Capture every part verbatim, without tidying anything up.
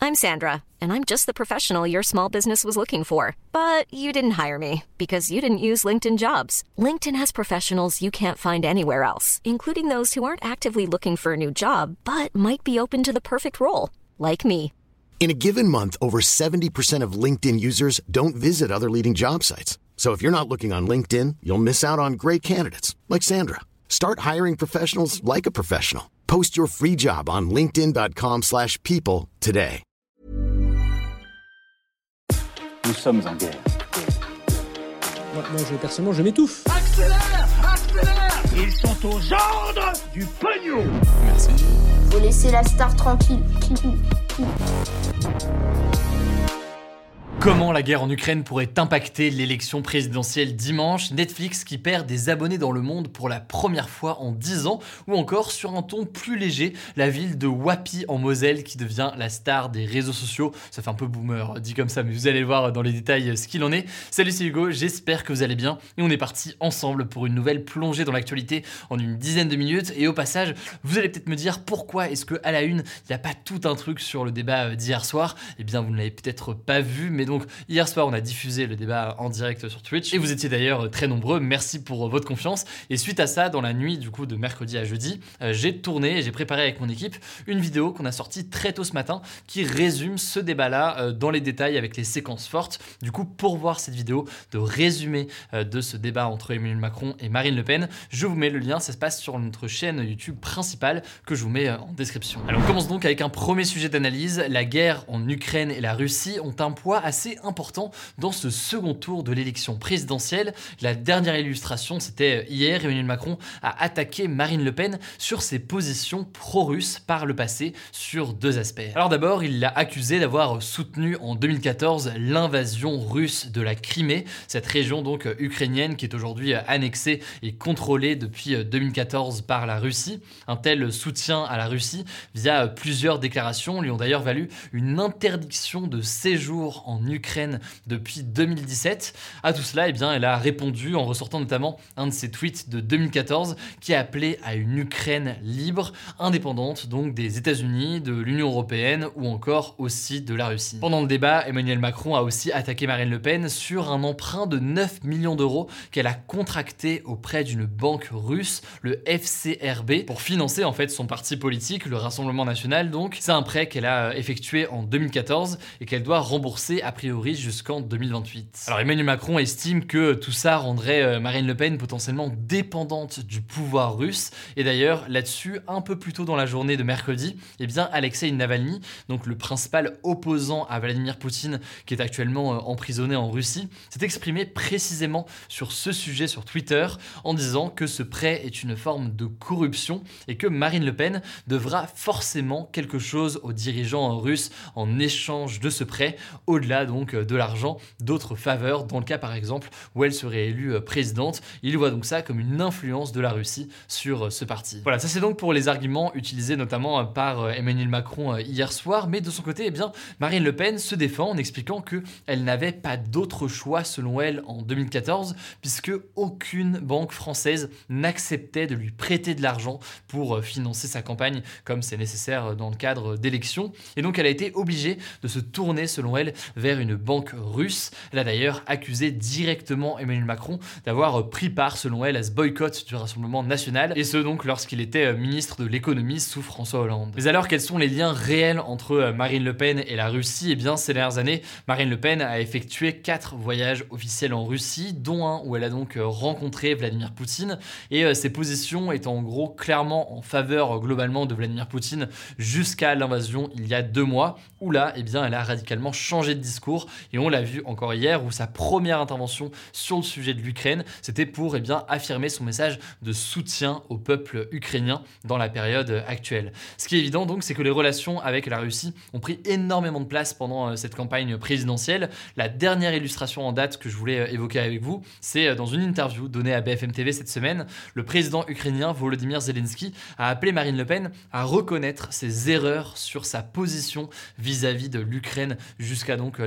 I'm Sandra, and I'm just the professional your small business was looking for. But you didn't hire me because you didn't use LinkedIn Jobs. LinkedIn has professionals you can't find anywhere else, including those who aren't actively looking for a new job, but might be open to the perfect role, like me. In a given month, over seventy percent of LinkedIn users don't visit other leading job sites. So if you're not looking on LinkedIn, you'll miss out on great candidates like Sandra. Start hiring professionals like a professional. Post your free job on linkedin dot com slash people today. Nous sommes en guerre. Moi, moi je, personnellement, je m'étouffe. Accélère, accélère. Ils sont aux ordres du pognon. Merci. Faut laisser la star tranquille. Comment la guerre en Ukraine pourrait impacter l'élection présidentielle dimanche? Netflix qui perd des abonnés dans le monde pour la première fois en dix ans, ou encore sur un ton plus léger, la ville de Wappy en Moselle qui devient la star des réseaux sociaux. Ça fait un peu boomer dit comme ça, mais vous allez voir dans les détails ce qu'il en est. Salut, c'est Hugo, j'espère que vous allez bien et on est parti ensemble pour une nouvelle plongée dans l'actualité en une dizaine de minutes. Et au passage, vous allez peut-être me dire pourquoi est-ce qu'à la une, il n'y a pas tout un truc sur le débat d'hier soir. Eh bien, vous ne l'avez peut-être pas vu, mais donc hier soir on a diffusé le débat en direct sur Twitch et vous étiez d'ailleurs très nombreux, merci pour votre confiance. Et suite à ça, dans la nuit du coup de mercredi à jeudi, euh, j'ai tourné et j'ai préparé avec mon équipe une vidéo qu'on a sortie très tôt ce matin qui résume ce débat là euh, dans les détails avec les séquences fortes. Du coup, pour voir cette vidéo de résumé euh, de ce débat entre Emmanuel Macron et Marine Le Pen, je vous mets le lien, ça se passe sur notre chaîne YouTube principale que je vous mets euh, en description. Alors on commence donc avec un premier sujet d'analyse. La guerre en Ukraine et la Russie ont un poids assez important dans ce second tour de l'élection présidentielle. La dernière illustration, c'était hier, Emmanuel Macron a attaqué Marine Le Pen sur ses positions pro-russes par le passé sur deux aspects. Alors d'abord, il l'a accusé d'avoir soutenu en deux mille quatorze l'invasion russe de la Crimée, cette région donc ukrainienne qui est aujourd'hui annexée et contrôlée depuis deux mille quatorze par la Russie. Un tel soutien à la Russie via plusieurs déclarations lui ont d'ailleurs valu une interdiction de séjour en Ukraine depuis deux mille dix-sept. À tout cela, eh bien, elle a répondu en ressortant notamment un de ses tweets de deux mille quatorze qui a appelé à une Ukraine libre, indépendante donc des États-Unis, de l'Union européenne ou encore aussi de la Russie. Pendant le débat, Emmanuel Macron a aussi attaqué Marine Le Pen sur un emprunt de neuf millions d'euros qu'elle a contracté auprès d'une banque russe, le F C R B, pour financer en fait son parti politique, le Rassemblement National. Donc, c'est un prêt qu'elle a effectué en deux mille quatorze et qu'elle doit rembourser a priori jusqu'en deux mille vingt-huit. Alors Emmanuel Macron estime que tout ça rendrait Marine Le Pen potentiellement dépendante du pouvoir russe. Et d'ailleurs, là-dessus, un peu plus tôt dans la journée de mercredi, eh bien Alexei Navalny, donc le principal opposant à Vladimir Poutine, qui est actuellement emprisonné en Russie, s'est exprimé précisément sur ce sujet sur Twitter en disant que ce prêt est une forme de corruption et que Marine Le Pen devra forcément quelque chose aux dirigeants russes en échange de ce prêt, au-delà donc de l'argent, d'autres faveurs, dans le cas par exemple où elle serait élue présidente. Il voit donc ça comme une influence de la Russie sur ce parti. Voilà, ça c'est donc pour les arguments utilisés notamment par Emmanuel Macron hier soir, mais de son côté, eh bien, Marine Le Pen se défend en expliquant qu'elle n'avait pas d'autre choix selon elle en deux mille quatorze, puisque aucune banque française n'acceptait de lui prêter de l'argent pour financer sa campagne comme c'est nécessaire dans le cadre d'élections. Et donc elle a été obligée de se tourner selon elle vers une banque russe. Elle a d'ailleurs accusé directement Emmanuel Macron d'avoir pris part, selon elle, à ce boycott du Rassemblement National, et ce donc lorsqu'il était ministre de l'économie sous François Hollande. Mais alors, quels sont les liens réels entre Marine Le Pen et la Russie? Eh bien, ces dernières années, Marine Le Pen a effectué quatre voyages officiels en Russie, dont un où elle a donc rencontré Vladimir Poutine, et ses positions étant en gros clairement en faveur globalement de Vladimir Poutine jusqu'à l'invasion il y a deux mois, où là, eh bien, elle a radicalement changé de discours, et on l'a vu encore hier où sa première intervention sur le sujet de l'Ukraine, c'était pour eh bien, affirmer son message de soutien au peuple ukrainien dans la période actuelle. Ce qui est évident donc, c'est que les relations avec la Russie ont pris énormément de place pendant cette campagne présidentielle. La dernière illustration en date que je voulais évoquer avec vous, c'est dans une interview donnée à B F M T V cette semaine. Le président ukrainien Volodymyr Zelensky a appelé Marine Le Pen à reconnaître ses erreurs sur sa position vis-à-vis de l'Ukraine jusqu'à donc l'invasion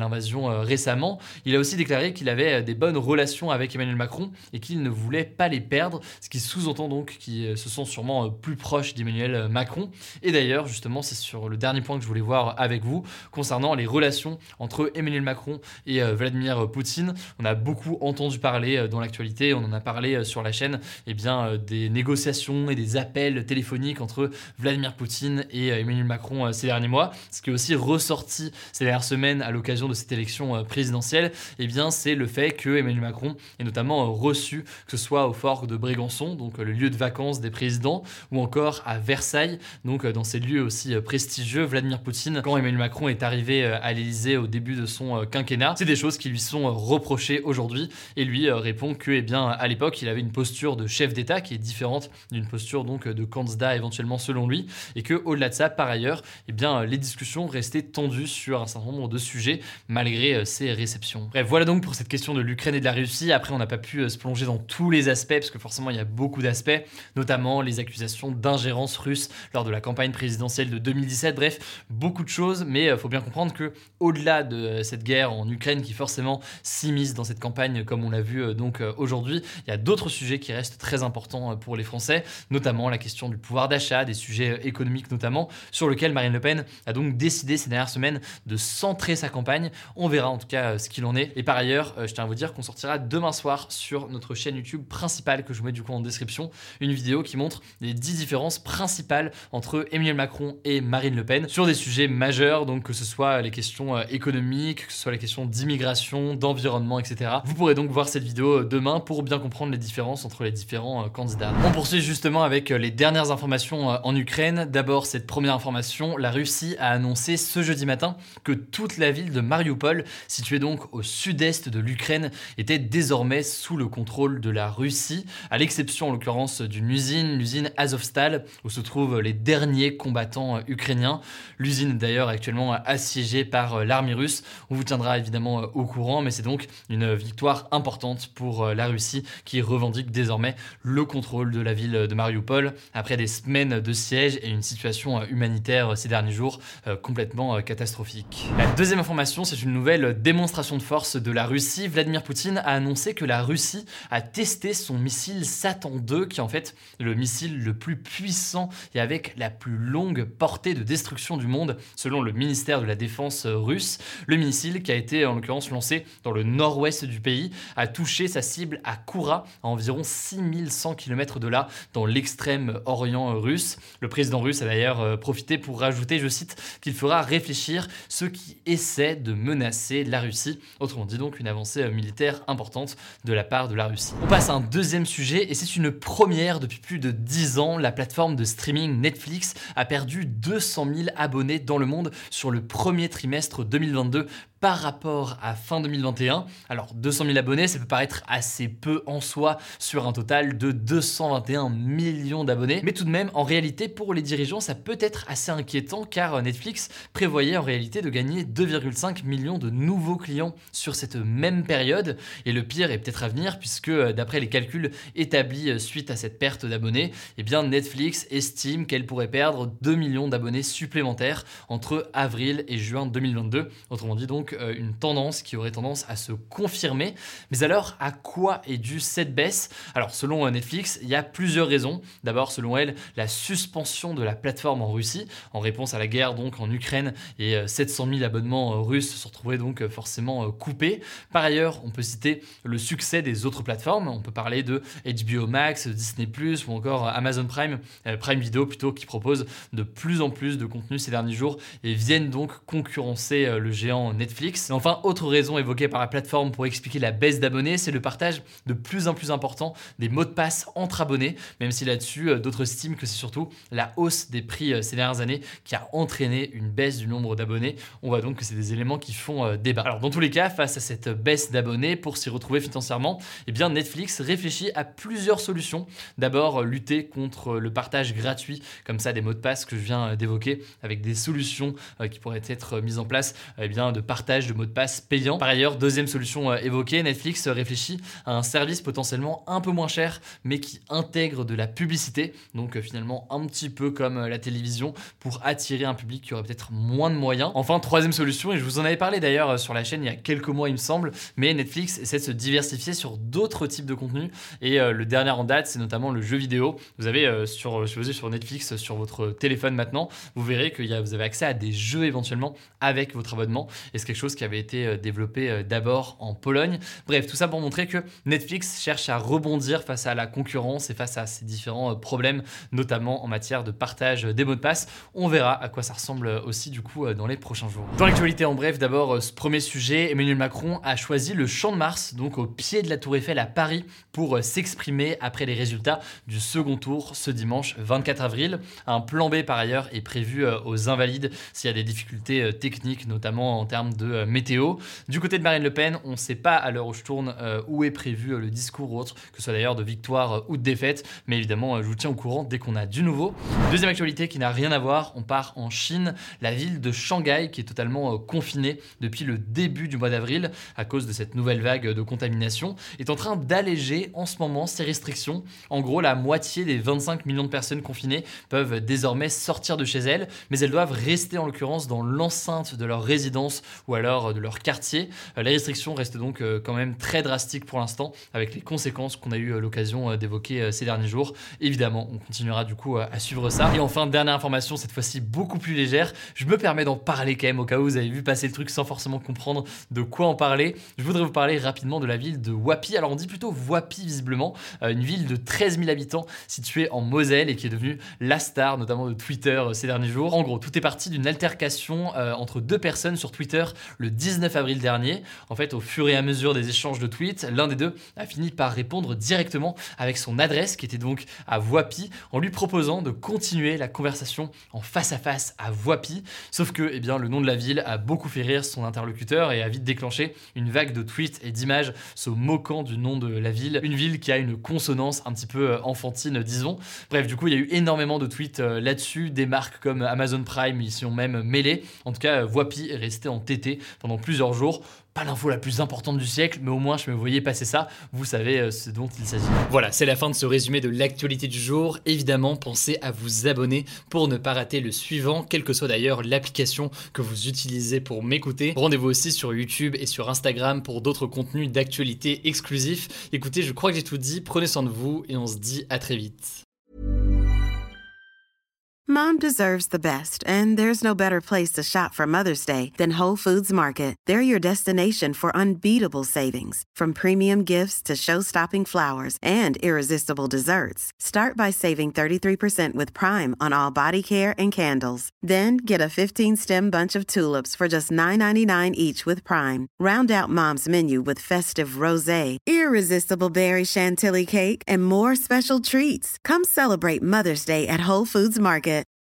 l'invasion euh, récemment. Il a aussi déclaré qu'il avait des bonnes relations avec Emmanuel Macron et qu'il ne voulait pas les perdre, ce qui sous-entend donc qu'ils se sont sûrement plus proches d'Emmanuel Macron. Et d'ailleurs, justement, c'est sur le dernier point que je voulais voir avec vous, concernant les relations entre Emmanuel Macron et euh, Vladimir Poutine. On a beaucoup entendu parler euh, dans l'actualité, on en a parlé euh, sur la chaîne, eh bien, euh, des négociations et des appels téléphoniques entre Vladimir Poutine et euh, Emmanuel Macron euh, ces derniers mois. Ce qui est aussi ressorti ces dernières semaines à l'occasion de cette élection euh, présidentielle, eh bien, c'est le fait que Emmanuel Macron est notamment euh, reçu, que ce soit au fort de Brégançon, donc euh, le lieu de vacances des présidents, ou encore à Versailles, donc euh, dans ces lieux aussi euh, prestigieux. Vladimir Poutine, quand Emmanuel Macron est arrivé euh, à l'Élysée au début de son euh, quinquennat, c'est des choses qui lui sont euh, reprochées aujourd'hui, et lui euh, répond que, eh bien, à l'époque, il avait une posture de chef d'État qui est différente d'une posture donc de candidat éventuellement selon lui, et que au-delà de ça, par ailleurs, eh bien, les discussions restaient tendues sur un certain nombre de sujets malgré euh, ces réceptions. Bref, voilà donc pour cette question de l'Ukraine et de la Russie. Après, on n'a pas pu euh, se plonger dans tous les aspects parce que forcément il y a beaucoup d'aspects, notamment les accusations d'ingérence russe lors de la campagne présidentielle de deux mille dix-sept. Bref, beaucoup de choses, mais il euh, faut bien comprendre que au-delà de euh, cette guerre en Ukraine qui forcément s'immisce dans cette campagne, comme on l'a vu euh, donc euh, aujourd'hui, il y a d'autres sujets qui restent très importants euh, pour les Français, notamment la question du pouvoir d'achat, des sujets euh, économiques notamment, sur lesquels Marine Le Pen a donc décidé ces dernières semaines de centrer sa campagne. On verra en tout cas euh, ce qu'il en est. Et par ailleurs, euh, je tiens à vous dire qu'on sortira demain soir sur notre chaîne YouTube principale, que je vous mets du coup en description, une vidéo qui montre les dix différences principales entre Emmanuel Macron et Marine Le Pen sur des sujets majeurs, donc que ce soit les questions euh, économiques, que ce soit les questions d'immigration, d'environnement, et cetera. Vous pourrez donc voir cette vidéo demain pour bien comprendre les différences entre les différents euh, candidats. On poursuit justement avec euh, les dernières informations euh, en Ukraine. D'abord, cette première information, la Russie a annoncé ce jeudi matin que toute la ville de Mariupol, située donc au sud-est de l'Ukraine, était désormais sous le contrôle de la Russie, à l'exception en l'occurrence d'une usine, l'usine Azovstal, où se trouvent les derniers combattants euh, ukrainiens. L'usine d'ailleurs est actuellement assiégée par euh, l'armée russe. On vous tiendra évidemment euh, au courant, mais c'est donc une victoire importante pour euh, la Russie qui revendique désormais le contrôle de la ville de Mariupol après des semaines de siège et une situation euh, humanitaire euh, ces derniers jours euh, complètement euh, catastrophique. La deuxième information, c'est une nouvelle démonstration de force de la Russie. Vladimir Poutine a annoncé que la Russie a testé son missile Satan deux, qui est en fait le missile le plus puissant et avec la plus longue portée de destruction du monde, selon le ministère de la Défense russe. Le missile, qui a été en l'occurrence lancé dans le nord-ouest du pays, a touché sa cible à Koura, à environ six mille cent kilomètres de là, dans l'extrême orient russe. Le président russe a d'ailleurs profité pour rajouter, je cite, qu'il fera réfléchir ceux qui essaient de menacer la Russie. Autrement dit donc une avancée militaire importante de la part de la Russie. On passe à un deuxième sujet et c'est une première depuis plus de dix ans. La plateforme de streaming Netflix a perdu deux cent mille abonnés dans le monde sur le premier trimestre deux mille vingt-deux par rapport à fin deux mille vingt et un. Alors deux cent mille abonnés, ça peut paraître assez peu en soi sur un total de deux cent vingt et un millions d'abonnés, mais tout de même en réalité pour les dirigeants ça peut être assez inquiétant car Netflix prévoyait en réalité de gagner deux virgule cinq millions de nouveaux clients sur cette même période, et le pire est peut-être à venir puisque d'après les calculs établis suite à cette perte d'abonnés, eh bien Netflix estime qu'elle pourrait perdre deux millions d'abonnés supplémentaires entre avril et juin deux mille vingt-deux. Autrement dit donc une tendance qui aurait tendance à se confirmer. Mais alors, à quoi est due cette baisse? Alors, selon Netflix, il y a plusieurs raisons. D'abord, selon elle, la suspension de la plateforme en Russie, en réponse à la guerre donc en Ukraine, et sept cent mille abonnements russes se retrouvaient donc forcément coupés. Par ailleurs, on peut citer le succès des autres plateformes. On peut parler de H B O Max, Disney plus, ou encore Amazon Prime, euh, Prime Video plutôt, qui propose de plus en plus de contenu ces derniers jours et viennent donc concurrencer euh, le géant Netflix. Et enfin, autre raison évoquée par la plateforme pour expliquer la baisse d'abonnés, c'est le partage de plus en plus important des mots de passe entre abonnés, même si là-dessus, euh, d'autres estiment que c'est surtout la hausse des prix euh, ces dernières années qui a entraîné une baisse du nombre d'abonnés. On voit donc que c'est des éléments qui font euh, débat. Alors dans tous les cas, face à cette baisse d'abonnés, pour s'y retrouver financièrement, eh bien Netflix réfléchit à plusieurs solutions. D'abord, euh, lutter contre le partage gratuit, comme ça des mots de passe que je viens euh, d'évoquer, avec des solutions euh, qui pourraient être euh, mises en place, eh bien de partage de mots de passe payants. Par ailleurs, deuxième solution euh, évoquée, Netflix réfléchit à un service potentiellement un peu moins cher, mais qui intègre de la publicité, donc euh, finalement un petit peu comme euh, la télévision, pour attirer un public qui aurait peut-être moins de moyens. Enfin, troisième solution, et je vous en avais avait parlé d'ailleurs sur la chaîne il y a quelques mois, il me semble, mais Netflix essaie de se diversifier sur d'autres types de contenus. Et euh, le dernier en date, c'est notamment le jeu vidéo. Vous avez euh, sur, je faisais sur Netflix, sur votre téléphone maintenant, vous verrez que y a, vous avez accès à des jeux éventuellement avec votre abonnement. Et c'est quelque chose qui avait été développé d'abord en Pologne. Bref, tout ça pour montrer que Netflix cherche à rebondir face à la concurrence et face à ces différents problèmes, notamment en matière de partage des mots de passe. On verra à quoi ça ressemble aussi du coup dans les prochains jours. Dans l'actualité en bref, d'abord ce premier sujet, Emmanuel Macron a choisi le Champ de Mars, donc au pied de la Tour Eiffel à Paris, pour s'exprimer après les résultats du second tour ce dimanche vingt-quatre avril. Un plan B par ailleurs est prévu aux Invalides s'il y a des difficultés techniques, notamment en termes de météo. Du côté de Marine Le Pen, on ne sait pas à l'heure où je tourne où est prévu le discours ou autre, que ce soit d'ailleurs de victoire ou de défaite, mais évidemment je vous tiens au courant dès qu'on a du nouveau. Deuxième actualité qui n'a rien à voir, on part en Chine, la ville de Shanghai qui est totalement confinée depuis le début du mois d'avril à cause de cette nouvelle vague de contamination, est en train d'alléger en ce moment ses restrictions. En gros, la moitié des vingt-cinq millions de personnes confinées peuvent désormais sortir de chez elles, mais elles doivent rester en l'occurrence dans l'enceinte de leur résidence ou alors de leur quartier. Les restrictions restent donc quand même très drastiques pour l'instant, avec les conséquences qu'on a eu l'occasion d'évoquer ces derniers jours. Évidemment, on continuera du coup à suivre ça. Et enfin, dernière information, cette fois-ci beaucoup plus légère, je me permets d'en parler quand même au cas où vous avez vu passer le truc sans forcément comprendre de quoi en parler. Je voudrais vous parler rapidement de la ville de Wappie. Alors on dit plutôt Wappie visiblement, une ville de treize mille habitants située en Moselle et qui est devenue la star notamment de Twitter ces derniers jours. En gros, tout est parti d'une altercation euh, entre deux personnes sur Twitter le dix-neuf avril dernier. En fait, au fur et à mesure des échanges de tweets, l'un des deux a fini par répondre directement avec son adresse qui était donc à Wappie en lui proposant de continuer la conversation en face à face à Wappie. Sauf que eh bien, le nom de la ville a beaucoup fait rire son interlocuteur et a vite déclenché une vague de tweets et d'images se moquant du nom de la ville. Une ville qui a une consonance un petit peu enfantine, disons. Bref, du coup, il y a eu énormément de tweets là-dessus. Des marques comme Amazon Prime y sont même mêlées. En tout cas, Wappie est resté en tété pendant plusieurs jours. Pas l'info la plus importante du siècle, mais au moins je me voyais passer ça, vous savez ce dont il s'agit. Voilà, c'est la fin de ce résumé de l'actualité du jour. Évidemment, pensez à vous abonner pour ne pas rater le suivant, quelle que soit d'ailleurs l'application que vous utilisez pour m'écouter. Rendez-vous aussi sur YouTube et sur Instagram pour d'autres contenus d'actualité exclusifs. Écoutez, je crois que j'ai tout dit, prenez soin de vous et on se dit à très vite. Mom deserves the best, and there's no better place to shop for Mother's Day than Whole Foods Market. They're your destination for unbeatable savings, from premium gifts to show-stopping flowers and irresistible desserts. Start by saving thirty-three percent with Prime on all body care and candles. Then get a fifteen-stem bunch of tulips for just nine ninety-nine each with Prime. Round out Mom's menu with festive rosé, irresistible berry chantilly cake, and more special treats. Come celebrate Mother's Day at Whole Foods Market.